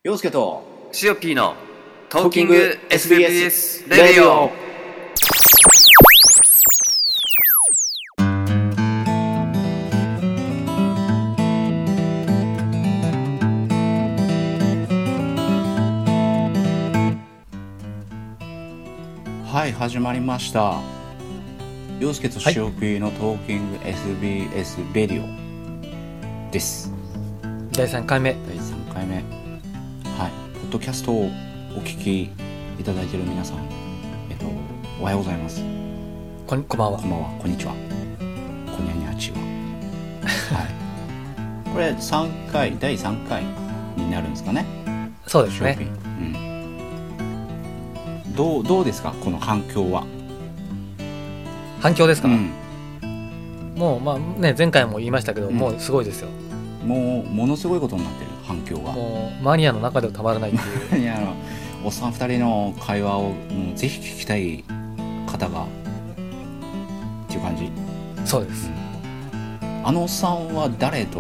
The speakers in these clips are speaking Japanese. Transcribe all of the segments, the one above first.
陽介とシオピーのトーキング SBS レディオ。 はい、始まりました。陽介とシオピーのトーキング SBS レディオです。 第3回目。 はい、ポッドキャストをお聞きいただいている皆さん、おはようございます。 こんばんは。 こんばんは。こんにちは。こんにゃにゃちは。はい。これ第3回になるんですかね。 そうですね。 どうですか、この反響は。 反響ですか、もうね、前回も言いましたけど、もうすごいですよ。 ものすごいことになってる、反響が。 もうマニアの中ではたまらないっていうマニアのおっさん2人の会話をもうぜひ聞きたい方がっていう感じ。 そうです、 あのおっさんは誰と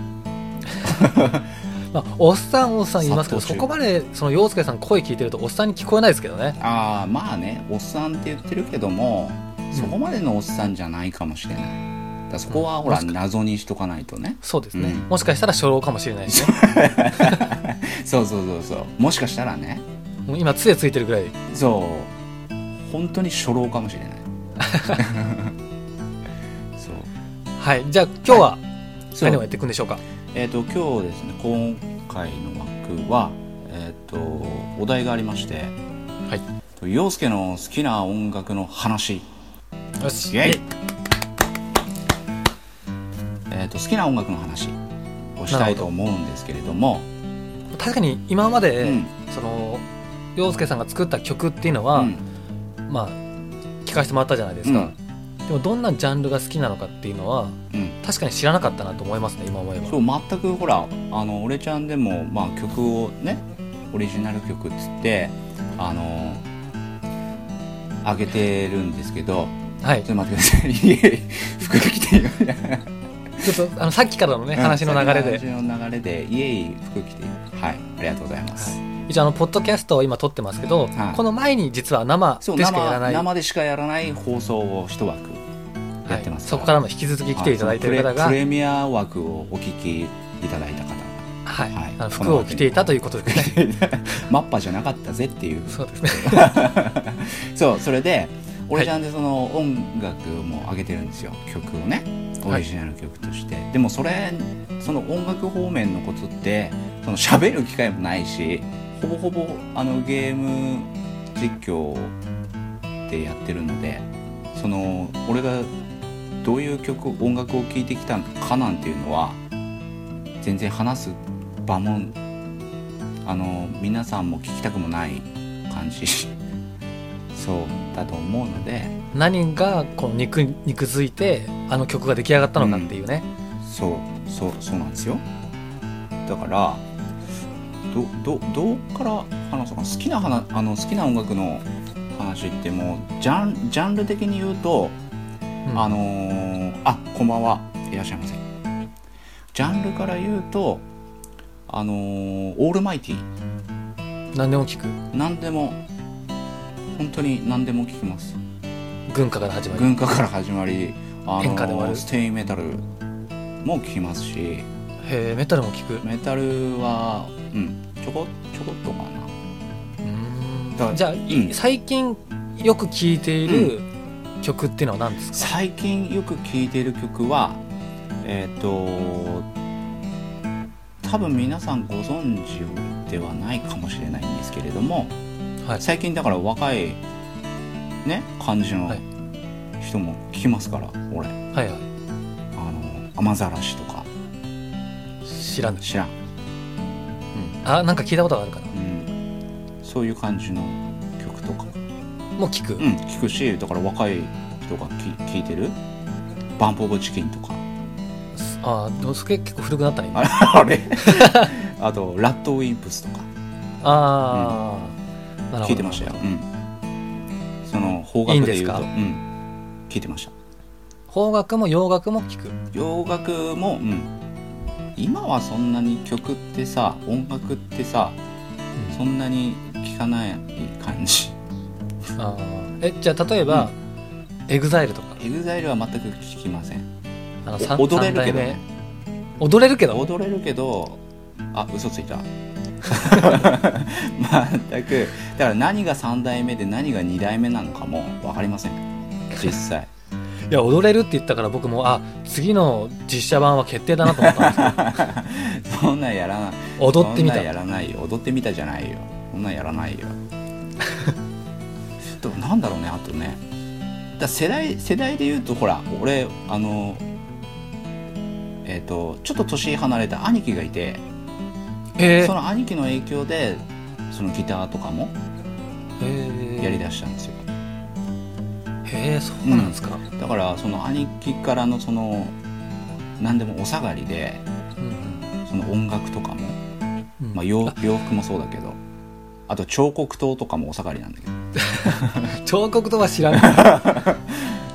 おっさん言いますけど、そこまでその陽介さん声聞いてるとおっさんに聞こえないですけどね。 まあね、おっさんって言ってるけども、そこまでのおっさんじゃないかもしれない。だそこはほら、謎にしとかないとね。 そうですね、もしかしたら初老かもしれないしね。 そうもしかしたらね、 もう今杖ついてるぐらい。 そう本当に初老かもしれない。そうはい。じゃあ今日は何をやっていくんでしょうか。 今日ですね、今回の枠は、お題がありまして、はい、陽介の好きな音楽の話。 よし、 イエイ。好きな音楽の話をしたいと思うんですけれども、 確かに今まで、その陽介さんが作った曲っていうのは、聞かせてもらったじゃないですか、でもどんなジャンルが好きなのかっていうのは、確かに知らなかったなと思いますね、今思えば。 そう、全くほら、俺ちゃんでも、曲をね、オリジナル曲っつって上げてるんですけど、はい、ちょっと待ってください。服着てるちょっとさっきからのね、話の流れでイエイ服着ている。はい、ありがとうございます。 一応ポッドキャストを今撮ってますけど、この前に実は生でしかやらない、 生でしかやらない放送を一枠やってます、 そこからも引き続き来ていただいている方が、 プレミア枠をお聞きいただいた方が、服を着ていたということですね。 マッパじゃなかったぜっていう。 そうですね。 そうそれで俺ちゃんでその音楽も上げてるんですよ、曲をね、オリジナル曲として、でもその音楽方面のことってその喋る機会もないし、ほぼほぼゲーム実況でやってるので、その俺がどういう音楽を聴いてきたかなんていうのは全然話す場も皆さんも聞きたくもない感じそうだと思うので、 何がこう肉づいて曲が出来上がったのかっていうね、 そうなんですよ。だからどっから話そうか。好きな音楽の話ってもうジャンル的に言うと、こんばんは、いらっしゃいませ。ジャンルから言うとオールマイティー。 何でも聞く。 何でも、本当に何でも聞きます。 軍歌から始まり演歌でもあるステイメタルも聞きますし。 メタルも聞く。 メタルはちょこっとかな。 じゃあ、最近よく聴いている曲っていうのは何ですか。 最近よく聴いている曲は多分皆さんご存知ではないかもしれないんですけれども、最近だから若いね感じの人も聞きますから、俺。雨ざらしとか。 知らん。なんか聞いたことがあるかな。 そういう感じの曲とかもう聞く。 聞くし、だから若い人が聞いてるバンプオブチキンとか。 それ結構古くなったね。 あれあとラッドウィンプスとか聞いてましたよ。その邦楽で言うと聞いてました。 邦楽も洋楽も聞く。 洋楽も今はそんなに曲ってさ、音楽ってさ、 そんなに聞かない感じ。 あじゃあ例えば、エグザイルとか。 エグザイルは全く聞きません。 踊れるけどね。踊れるけど踊れるけど、あ、嘘ついた。全く。だから何が3代目で何が2代目なのかも分かりません、実際。 いや、踊れるって言ったから僕も次の実写版は決定だなと思ったんですけど。 そんなんやらない。 踊ってみた。 そんなんやらないよ。踊ってみたじゃないよ。そんなんやらないよ。でもなんだろうね、あとね、だ世代で言うと、ほら、俺ちょっと年離れた兄貴がいて、その兄貴の影響でそのギターとかもやりだしたんですよ。 そうなんですか。 だからその兄貴からのその何でもお下がりで、その音楽とかも、まあ、洋服もそうだけど、あと彫刻刀とかもお下がりなんだけど。 彫刻刀は知らない。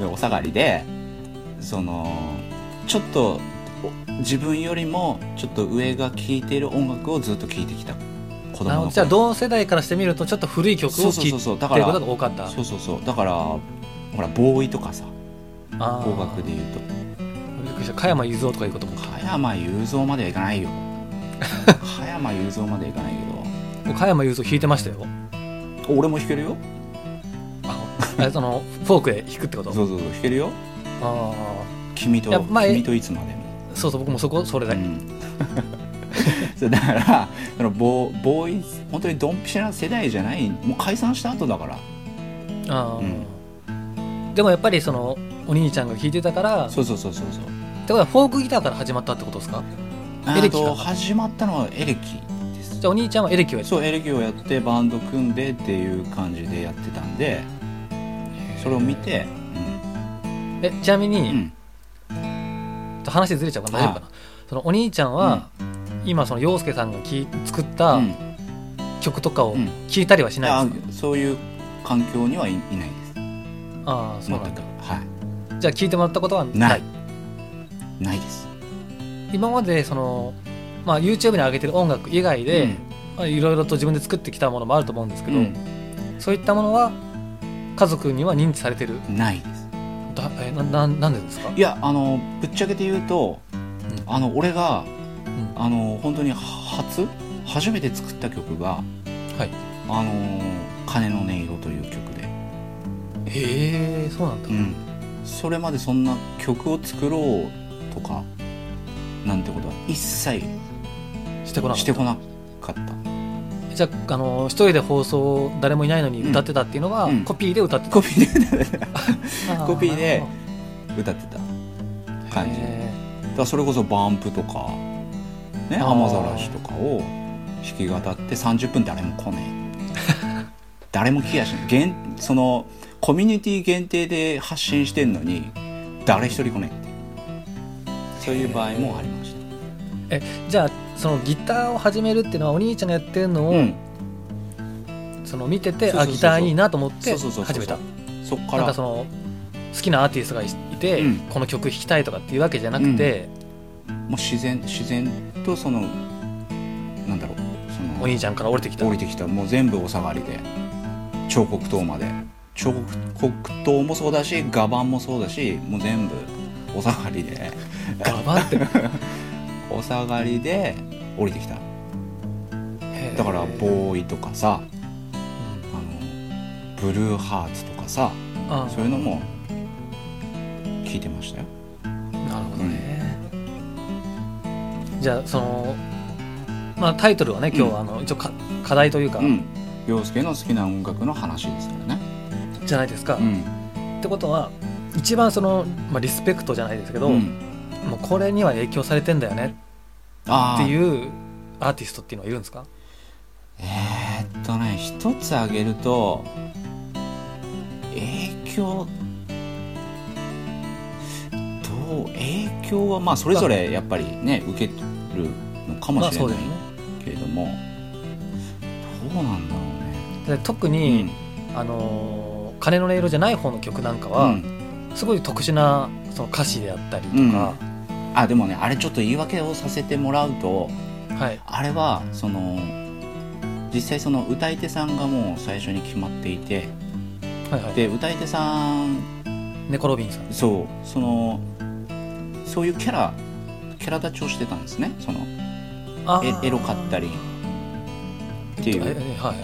お下がりで、そのちょっと自分よりもちょっと上が聴いている音楽をずっと聴いてきた子供の頃。 じゃあ同世代からしてみるとちょっと古い曲を聴いてることが多かった。 そうだからほらボーイとかさ、邦楽で言うとびっくりした。加山雄三とかいうことも。 加山雄三まではいかないよ。加山雄三まではいかないけど。 加山雄三弾いてましたよ。 俺も弾けるよ。 そのフォークで弾くってこと？ そう弾けるよ。君といつまで。 そう僕もそれだ、 そうだからそのボーイ本当にドンピシャな世代じゃない、もう解散した後だから。 でもやっぱりそのお兄ちゃんが弾いてたから。そうってことはフォークギターから始まったってことですか？エレキから始まったのはエレキです。 じゃあお兄ちゃんはエレキをやって。 そうエレキをやってバンド組んでっていう感じでやってたんで、それを見て、 ちなみに、話ずれちゃうかな、大丈夫かな。そのお兄ちゃんは、今その陽介さんが作った曲とかを聴いたりはしないですか？ そういう環境にはいないです。 そうなんだ。 じゃあ聴いてもらったことはないです。 今までその、YouTube に上げてる音楽以外で、いろいろと自分で作ってきたものもあると思うんですけど、そういったものは家族には認知されてる？ ないです。 なんでですか？ いや、ぶっちゃけて言うと、俺が、本当に初めて作った曲が、鐘の音色という曲で。 そうなんだ。 それまでそんな曲を作ろうとかなんてことは一切してこなかった。 じゃあ、一人で放送誰もいないのに歌ってたっていうのは、コピーで歌ってた。 コピーで歌ってた感じ。だからそれこそバンプとかね、雨ざらしとかを弾き語って30分誰も来ねえ。誰も来やしない。そのコミュニティ限定で発信してんのに誰一人来ねえって、そういう場合もありました。 じゃあそのギターを始めるっていうのはお兄ちゃんがやってるのを、その見てて、ギターいいなと思って始めた。 そっからなんかその好きなアーティストがいて、この曲弾きたいとかっていうわけじゃなくて、 もう自然とそのなんだろう、そのお兄ちゃんから降りてきた。 もう全部お下がりで、彫刻刀まで。彫刻刀もそうだし、画板もそうだし、もう全部お下がりで。 画板ってお下がりで降りてきた。だからボーイとかさ、ブルーハーツとかさ、そういうのも聞いてましたよ。 なるほどね。じゃあそのタイトルはね、今日は一応課題というか、 陽介の好きな音楽の話ですからね。 じゃないですか。ってことは一番その、リスペクトじゃないですけど、もうこれには影響されてんだよねっていうアーティストっていうのはいるんですか？ 一つ挙げると、影響はそれぞれやっぱりね、受けるのかもしれないけれども、どうなんだろうね。 で特に、鐘の音色じゃない方の曲なんかは、すごい特殊なその歌詞であったりとか、 でもね、あれちょっと言い訳をさせてもらうと、あれはその実際その歌い手さんがもう最初に決まっていて、 はいはい、 で歌い手さんネコロビンさん、 そういうキャラ立ちをしてたんですね。そのエロかったりっていう、 はい、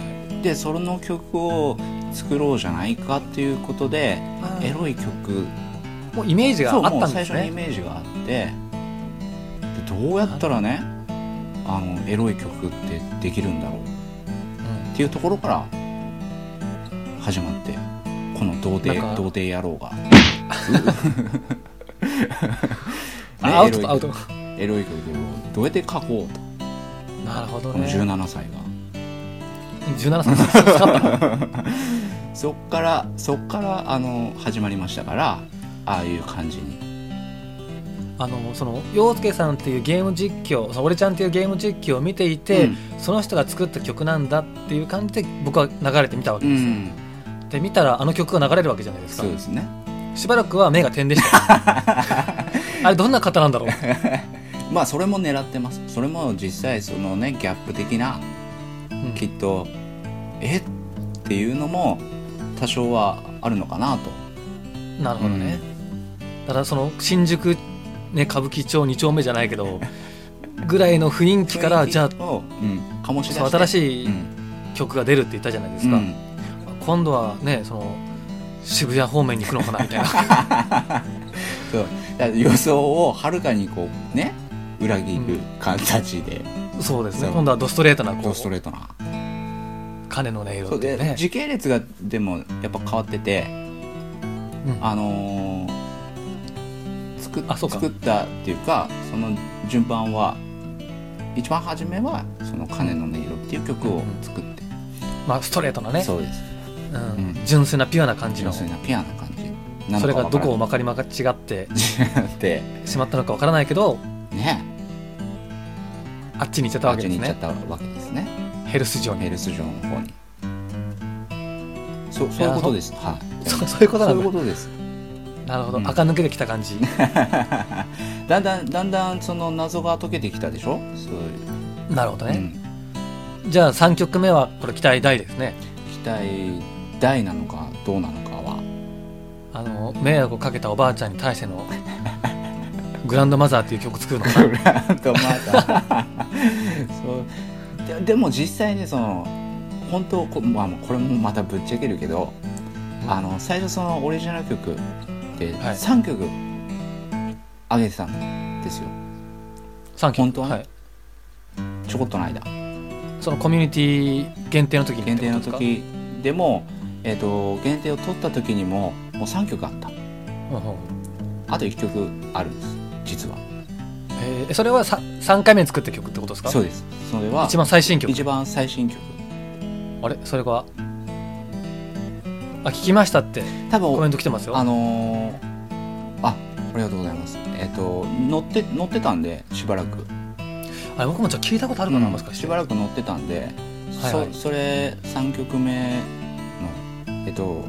でその曲を作ろうじゃないかっていうことでエロい曲もうイメージがあったんですね。 もう最初にイメージがあって、でどうやったらねエロい曲ってできるんだろうっていうところから始まって、この童貞野郎がアウトエロい曲をどうやって書こうと。 なるほどね。 この17歳が 17歳そっから始まりましたから、ああいう感じにその陽介さんっていうゲーム実況、俺ちゃんっていうゲーム実況を見ていて、その人が作った曲なんだっていう感じで僕は流れてみたわけですよ、で見たらあの曲が流れるわけじゃないですか。 そうですね。 しばらくは目が点でしたあれどんな方なんだろうまあそれも狙ってます。それも実際そのねギャップ的な、きっとっていうのも多少はあるのかなと。 なるほどね、だからその新宿ね、歌舞伎町2丁目じゃないけどぐらいの雰囲気からじゃあ、醸し出して新しい曲が出るって言ったじゃないですか、今度はねその渋谷方面に行くのかなみたいなそうだ予想をはるかにこうね裏切る形で、 そうですね。今度はドストレートな鐘の音色っていうね。 時系列がでもやっぱ変わってて、作ったっていうかその順番は一番初めはその鐘の音色っていう曲を作って、 まあストレートなね、 そうです、 純粋なピュアな感じの、 純粋なピュアな感じ、 それがどこをまかり間違ってしまったのかわからないけどね、 あっちに行っちゃったわけですね。 あっちに行っちゃったわけですね。 ヘルス城の方に。そういうことです。はい。 そういうことなんだ。 そういうことです。 なるほど、垢抜けてきた感じだんだんその謎が解けてきたでしょ。そういう。 なるほどね、じゃあ3曲目はこれ期待大ですね。 期待大なのかどうなのかは迷惑をかけたおばあちゃんに対してのグランドマザーっていう曲作るのかな。 グランドマザーそうでも実際にその本当これもまたぶっちゃけるけど、最初そのオリジナル曲で3曲上げてたんですよ。 3曲本当はね、ちょこっとの間、 そのコミュニティ限定の時に限定の時でも、限定を取った時にももう3曲あった、あと1曲あるんです実は。 それは3回目に作った曲ってことですか。 そうです。それは一番最新曲。あれそれが聞きましたって多分コメント来てますよ。 ありがとうございます。乗ってたんでしばらく。 僕もじゃあ聞いたことあるかな、もしかして。 しばらく乗ってたんで、それ3曲目の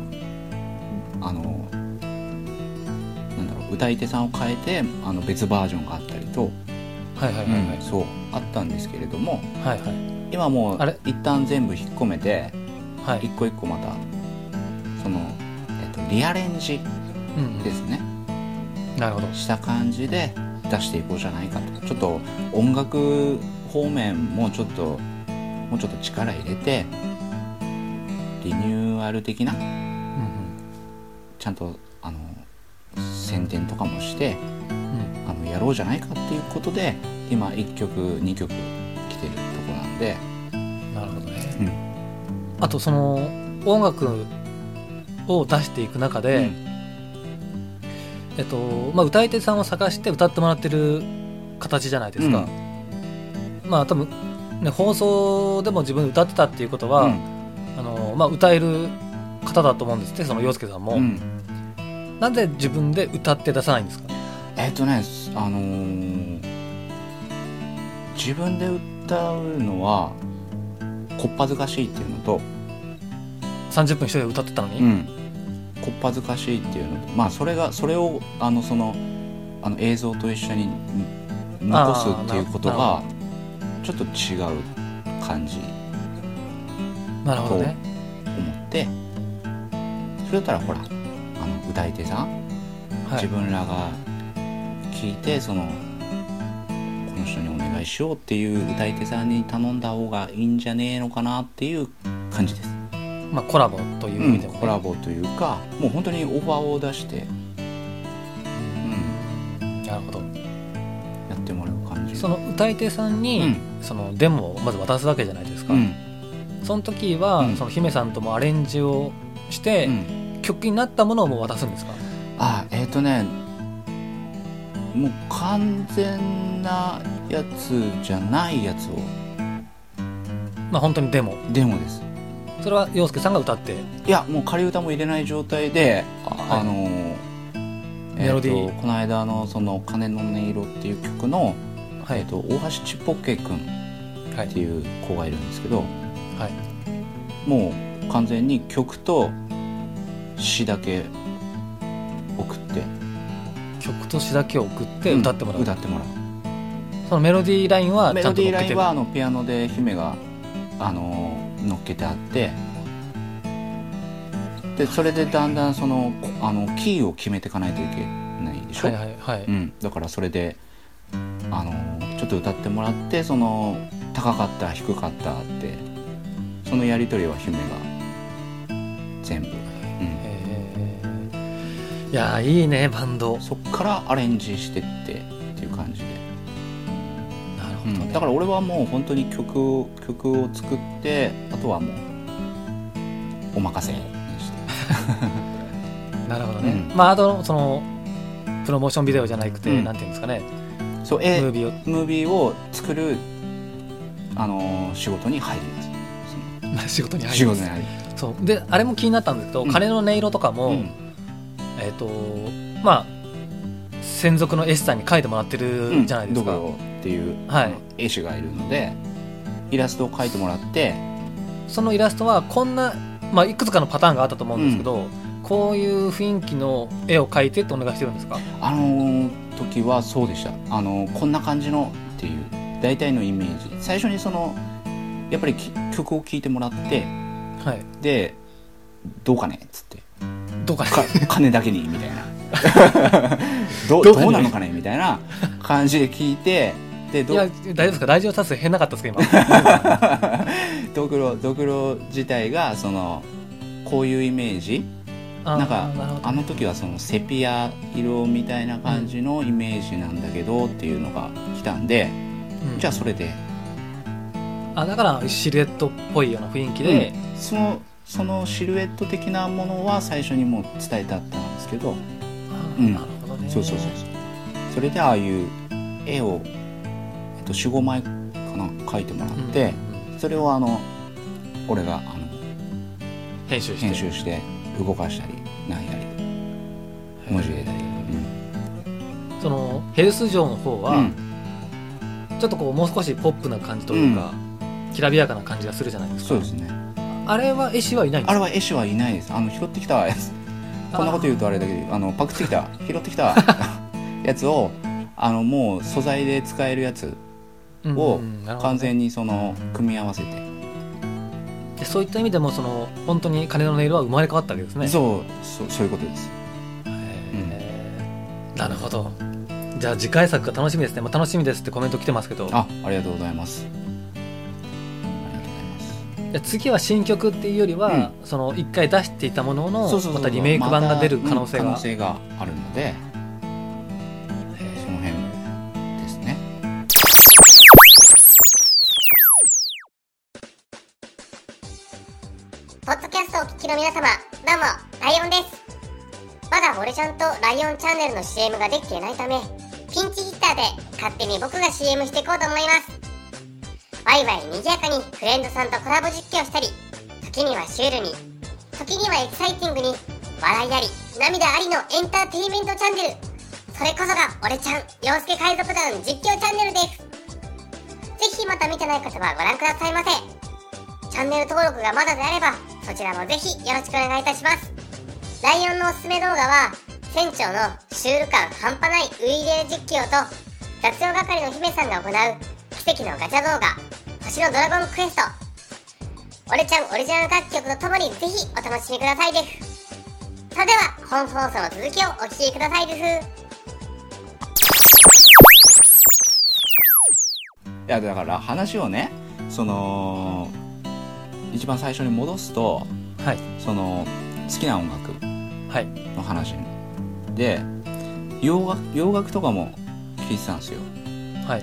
なんだろう、歌い手さんを変えて別バージョンがあったりと、そうあったんですけれども、今もう一旦全部引っ込めて、一個一個またその、リアレンジですね、 なるほど、 した感じで出していこうじゃないかと。ちょっと音楽方面もうちょっと力入れてリニューアル的な、ちゃんと宣伝とかもして、やろうじゃないかっていうことで今1曲2曲来てるとこなんで。 なるほどね、あとその音楽を出していく中で、歌い手さんを探して歌ってもらってる形じゃないですか、多分ね、放送でも自分で歌ってたっていうことは、歌える方だと思うんですって、その陽介さんも、なぜ自分で歌って出さないんですか。 自分で歌うのはこっぱずかしいっていうのと、 30分一人で歌ってたのに、 こっぱずかしいっていうのと、それをその映像と一緒に残すっていうことがちょっと違う感じなるほどね。 と思って、それだったらほら歌い手さん、自分らが聞いてこの人にお願いしようっていう歌い手さんに頼んだ方がいいんじゃねえのかなっていう感じです。 コラボという意味でもね、 コラボというかもう本当にオファーを出して、 なるほど、 やってもらう感じ。 その歌い手さんに、そのデモをまず渡すわけじゃないですか、その時は、その姫さんともアレンジをして、曲になったものをもう渡すんですか？ もう完全なやつじゃないやつを、 本当にデモです。 それは陽介さんが歌って？ いや、もう仮歌も入れない状態で、メロディー、この間のその鐘の音色っていう曲の、大橋ちっぽけくんっていう子がいるんですけど、もう完全に曲と詩だけ送って、 曲と詩だけを送って歌ってもらう、そのメロディーラインはちゃんと乗っけてる？メロディーラインはピアノで姫が乗っけてあって、でそれでだんだんキーを決めていかないといけないでしょ、だからそれでちょっと歌ってもらって、高かった低かったってそのやり取りは姫が全部、 いやいいね、バンド。 そっからアレンジしてっていう感じで。 なるほどね。 だから俺はもう本当に曲を作って、あとはもうお任せにしてなるほどね、あとそのプロモーションビデオじゃなくて、なんていうんですかね、 そうムービーを作る仕事に入ります。 仕事に入ります。そうで、あれも気になったんですけど、鐘の音色とかも、専属の絵師さんに描いてもらってるじゃないですか。 ドクロっていう絵師がいるので、イラストを描いてもらって、 そのイラストはこんな、いくつかのパターンがあったと思うんですけど、こういう雰囲気の絵を描いてってお願いしてるんですか？ 時はそうでした。こんな感じのっていう大体のイメージ、最初にやっぱり曲を聴いてもらって、でどうかねっつって、 どうかね金だけにみたいなどうなのかねみたいな感じで聞いて、でいや大丈夫ですか？ラジオ撮影変なかったですか今ドクロ自体がこういうイメージ、なんかあの時はセピア色みたいな感じのイメージなんだけどっていうのが来たんで、じゃあそれでだからシルエットっぽいような雰囲気で、 そのシルエット的なものは最初にもう伝えてあったんですけど、 なるほどね。 そうそれでああいう絵を、4,5 枚かな描いてもらって、それを俺が編集して動かしたりなんやり文字入れたり、 そのヘルス城の方は、ちょっともう少しポップな感じというか、きらびやかな感じがするじゃないですか。 そうですね。 あれは絵師はいないんですか？ あれは絵師はいないです。拾ってきたやつ、こんなこと言うとあれだけど、パクってきた拾ってきたやつをもう素材で使えるやつを完全に組み合わせて、 そういった意味でも本当に鐘の音色は生まれ変わったわけですね。 そういうことです。 なるほど。じゃあ次回作が楽しみですね。楽しみですってコメント来てますけど、 ありがとうございます。 次は新曲っていうよりは、一回出していたもののまたリメイク版が出る可能性があるので、その辺ですね。 ポッドキャストをお聞きの皆様、どうもライオンです。まだ俺ちゃんとライオンチャンネルの CM ができていないため、ピンチヒッターで勝手に僕が CM していこうと思います。ワイワイ賑やかにフレンドさんとコラボ実況したり、時にはシュールに、時にはエキサイティングに、笑いあり涙ありのエンターテインメントチャンネル、それこそが俺ちゃん陽介海賊団実況チャンネルです。ぜひまた見てない方はご覧くださいませ。チャンネル登録がまだであればそちらもぜひよろしくお願いいたします。ライオンのおすすめ動画は、船長のシュール感半端ないウイイレ実況と、雑用係の姫さんが行う奇跡のガチャ動画、星のドラゴンクエスト、 俺ちゃんオリジナル楽曲とともにぜひお楽しみくださいです。それでは本放送の続きをお聴きくださいです。 いやだから話をね、その一番最初に戻すと、 はい、 その好きな音楽の話、 はい、 で洋楽とかも聴いてたんですよ。 はい、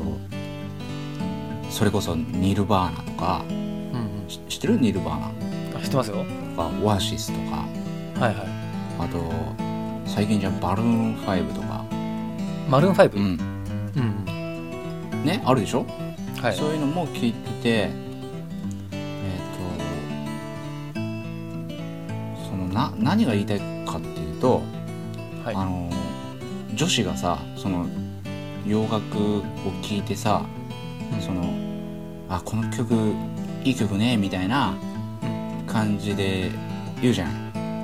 それこそニルバーナとか、うん、知ってる？ニルバーナ。 知ってますよ。 とかオアシスとか、 はいはい、 あと最近じゃバルーン5とか。 マルーン 5？ うんね、あるでしょ、はい、そういうのも聞いてて、その何が言いたいかっていうと、はい、女子がさ、その洋楽を聴いてさ、うん、そのこの曲いい曲ねみたいな感じで言うじゃない、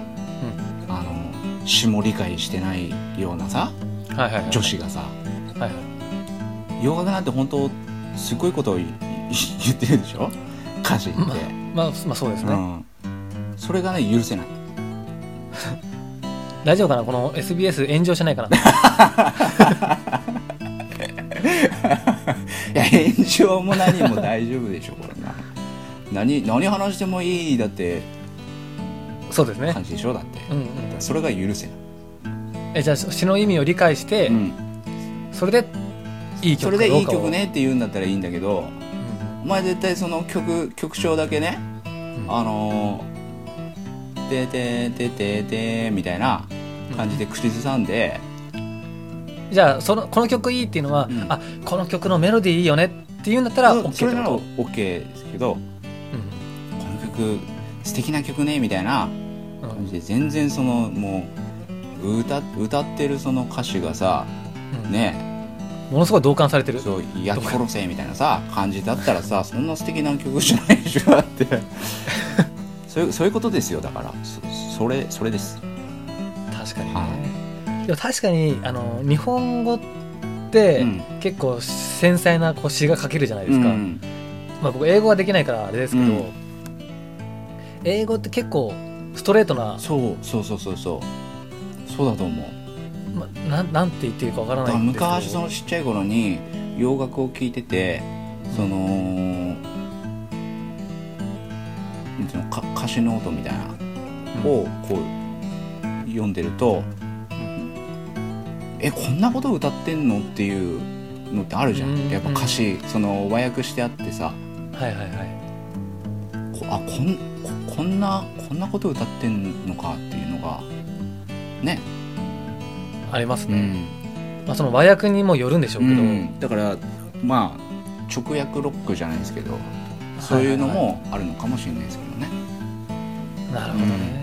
うん、詞も理解してないようなさ、はいはいはい、女子がさ、はいはい、洋楽なんて本当すごいことを言ってるでしょ、歌詞って。 まあそうですね、うん、 それがね許せない。 大丈夫かな、この SBS 炎上しないかな。 いや炎上も何も大丈夫でしょこれな。何話してもいいだってそうですね感じでしょだって、うんうん、それが許せない。 じゃあ詩の意味を理解して、うん、それでいい曲かどうかを、 それでいい曲ねって言うんだったらいいんだけど、うん、お前絶対その曲調だけね、うん、てててててみたいな感じで口ずさんで、 うん、じゃあこの曲いいっていうのは、うん、この曲のメロディーいいよねっていうんだったら OK ってこと？それなら OK ですけど、うん、この曲素敵な曲ねみたいな感じで、全然そのもう歌ってるその歌詞がさ、うん、ねものすごい同感されてる。 そう焼き殺せみたいなさ感じだったらさそんな素敵な曲じゃないでしょだってそういうことですよ。だからそれです。 確かにね、はい、でも確かに日本語って、うん、結構繊細な詩が書けるじゃないですか、うんまあ、僕英語はできないからあれですけど、うん、英語って結構ストレートな。そうだと思う。 なんて言っていいかわからないんですけど、 昔そのちっちゃい頃に洋楽を聴いてて、その歌詞ノートみたいなをこう読んでると、こんなこと歌ってんのっていうのってあるじゃん。やっぱ歌詞その和訳してあってさ、はいはいはい、こんなこと歌ってんのかっていうのがねありますね、うんまあ、その和訳にもよるんでしょうけど、うん、 だからまあ直訳ロックじゃないですけどそういうのもあるのかもしれないですけどね、 なるほどね、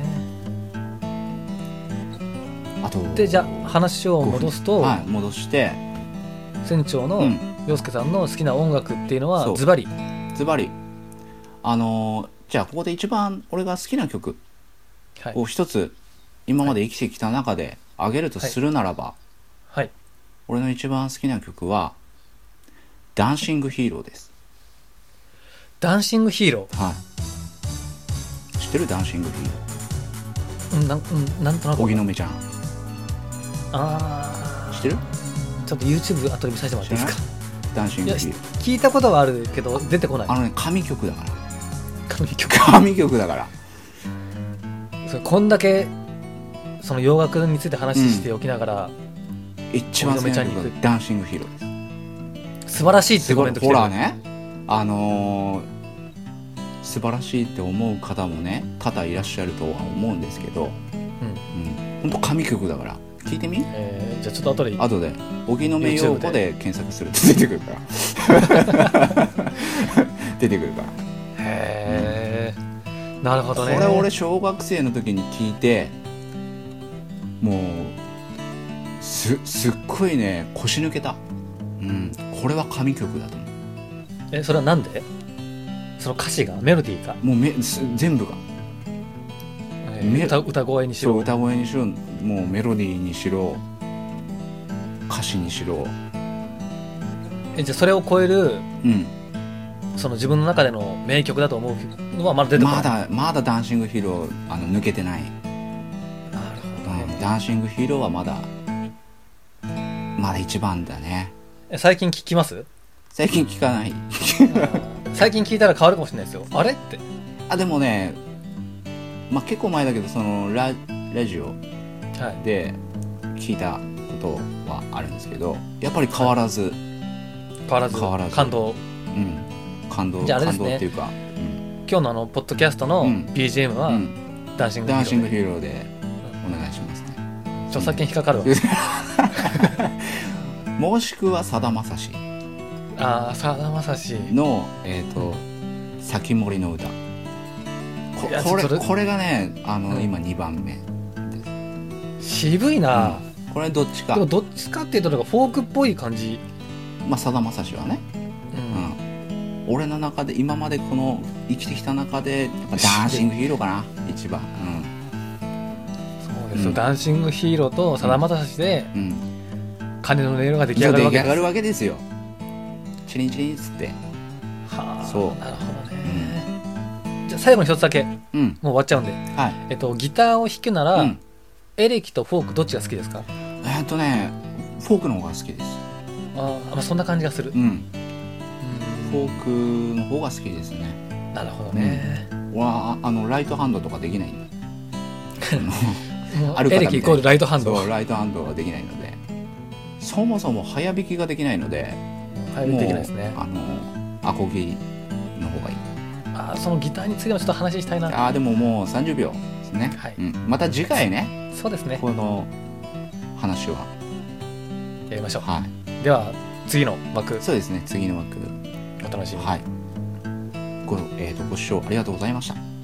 うん、あとでじゃあ話を戻すと、 はい、戻して船長の陽介さんの好きな音楽っていうのはズバリじゃあここで一番俺が好きな曲を一つ今まで生きてきた中であげるとするならば、 はい、 俺の一番好きな曲はダンシングヒーローです。 ダンシングヒーロー、 はい、知ってる？ダンシングヒーロー、なんとなく荻野目ちゃん知ってる？ ちょっと YouTube 後で見させてもらっていいですか？ ダンシングヒーロー聞いたことはあるけど出てこない。 神曲だから。 神曲だから。 それこんだけその洋楽について話しておきながら、 一番好きな曲はダンシングヒーローです。 素晴らしいってコメント来てる。 ほらね、素晴らしいって思う方もね多々いらっしゃるとは思うんですけど、本当神曲だから聞いてみ。 じゃあちょっと後で荻野目洋子で検索すると出てくるから出てくるから。 へえ、なるほどね。 これ俺小学生の時に聞いてもうすっごいね腰抜けた、これは神曲だと思う。それはなんで？その歌詞がメロディーかもう全部が、 歌声にしろもうメロディーにしろ歌詞にしろ。 じゃあそれを超える、その自分の中での名曲だと思うのはまだ出てこない。 まだダンシングヒーロー抜けてない。 なるほどね。 ダンシングヒーローはまだ一番だね。 最近聞きます？ 最近聞かない最近聞いたら変わるかもしれないですよ。あれって。 でもね、結構前だけど、そのラジオで聞いたことはあるんですけど、やっぱり変わらず感動、 感動じゃああれですね、 感動っていうか、 今日のポッドキャストの BGM は、ダンシングヒーローでお願いしますね。 著作権引っかかるわもしくはさだまさしの先森の歌、これがね今2番目です。 渋いな、 これどっちか。 でもどっちかっていうとなんかフォークっぽい感じ。 さだまさしはね、俺の中で今までこの生きてきた中でやっぱダンシングヒーローかな一番。 そうですよ、ダンシングヒーローとさだまさしで、鐘の音色が出来上がるわけですよ。チリンチリンっつって。 そう、なるほどね。じゃあ最後に一つだけ、もう終わっちゃうんで、ギターを弾くなら、エレキとフォークどっちが好きですか？ フォークの方が好きです。 そんな感じがする。フォークの方が好きですね。 なるほどね。 ライトハンドとかできないんエレキイコールライトハンド。 そう、ライトハンドはできないので、そもそも早弾きができないので、 早弾きできないですね。 アコギの方がいい。 そのギターについてもちょっと話したいな。 でももう30秒ですね。また次回ね。 そうですね。 この話はやりましょう。では次の枠。 そうですね、次の枠お楽しみに。 ご視聴ありがとうございました。